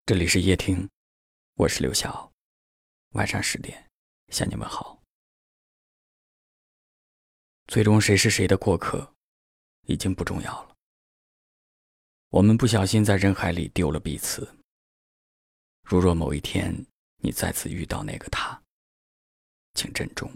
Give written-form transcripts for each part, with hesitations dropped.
这里是夜听，我是刘晓。晚上10点向你们好。最终谁是谁的过客已经不重要了。我们不小心在人海里丢了彼此。如若某一天你再次遇到那个他，请珍重。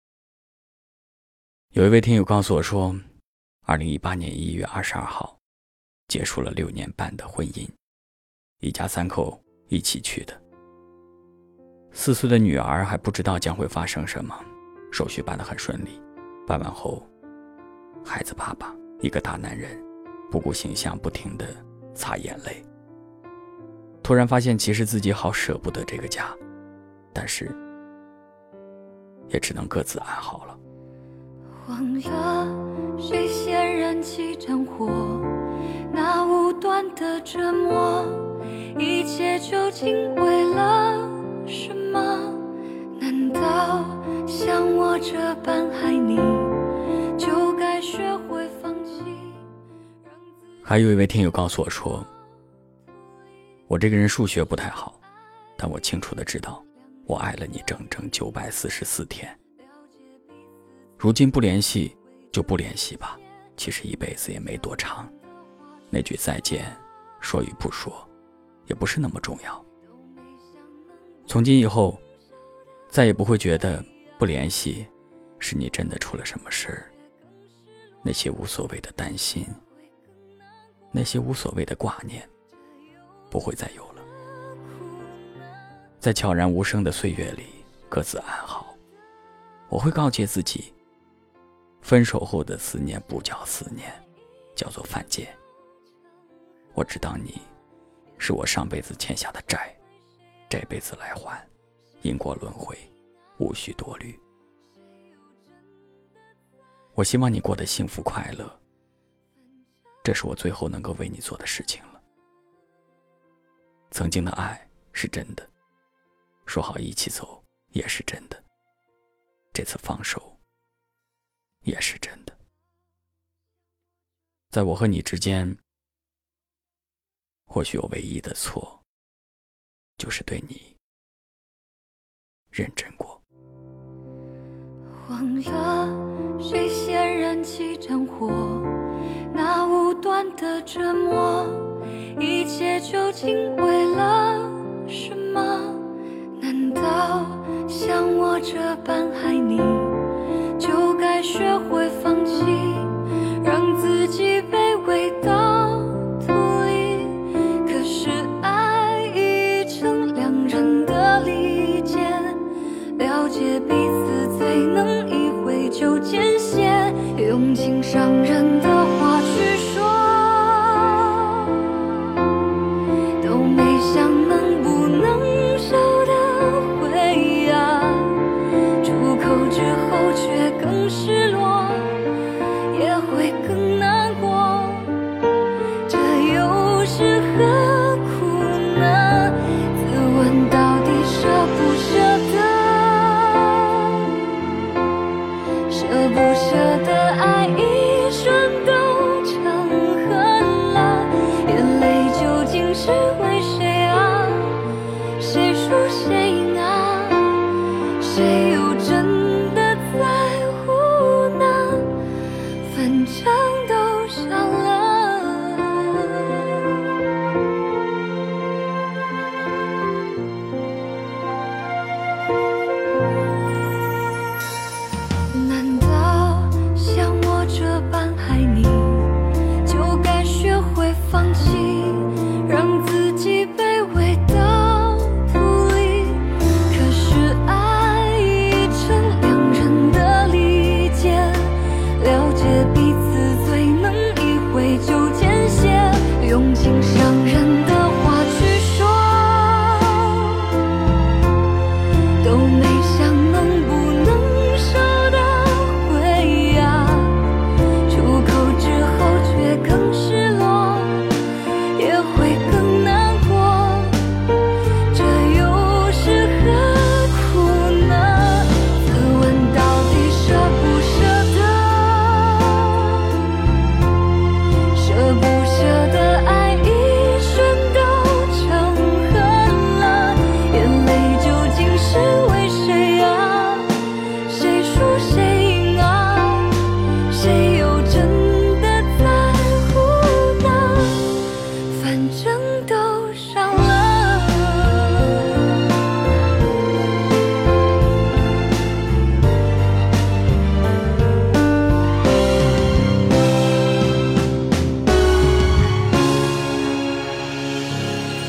有一位听友告诉我说，2018年1月22号结束了6年半的婚姻，一家3口一起去的。4岁的女儿还不知道将会发生什么，手续办得很顺利。办完后，孩子爸爸一个大男人不顾形象，不停地擦眼泪。突然发现其实自己好舍不得这个家，但是也只能各自安好了。 忘了谁先燃起战火，那无端的折磨，一切究竟为了什么？难道像我这般爱你，就该学会放弃？ 还有一位听友告诉我说，我这个人数学不太好，但我清楚地知道我爱了你整整944天。如今不联系就不联系吧，其实一辈子也没多长，那句再见说与不说也不是那么重要。从今以后再也不会觉得不联系是你真的出了什么事儿，那些无所谓的担心，那些无所谓的挂念不会再有了。在悄然无声的岁月里各自安好。我会告诫自己，分手后的思念不叫思念，叫做犯贱。我只当你是我上辈子欠下的债，这辈子来还，因果轮回，无需多虑。我希望你过得幸福快乐，这是我最后能够为你做的事情了。曾经的爱是真的，说好一起走也是真的，这次放手也是真的。在我和你之间，或许我唯一的错就是对你认真过。 忘了谁先燃起战火，那无端的折磨，一切究竟为了什么？难道像我这般爱你，就该学会放弃，让自己卑微到土里？可是爱已成两人的利剑，了解彼此才能一挥就见血，用尽伤人的话去说，都没想能不能收得回啊，出口之后却更失落，也会更难过。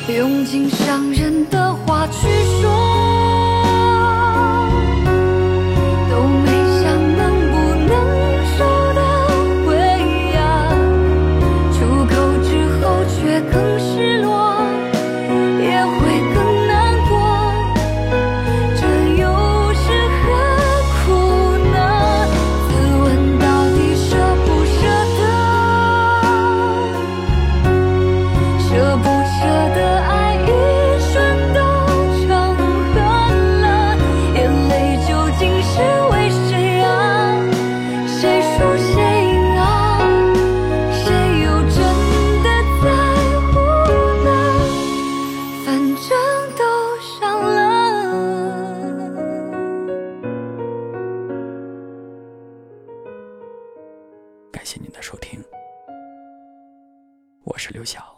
用尽伤人的话去说，都没想能不能收得回呀，出口之后却更失落，也会更难过，这又是何苦呢？自问到底舍不舍得，舍不舍得爱一瞬都成恨了，眼泪究竟是为谁啊？谁输谁赢啊？谁又真的在乎呢？反正都伤了。 感谢您的收听，我是刘晓。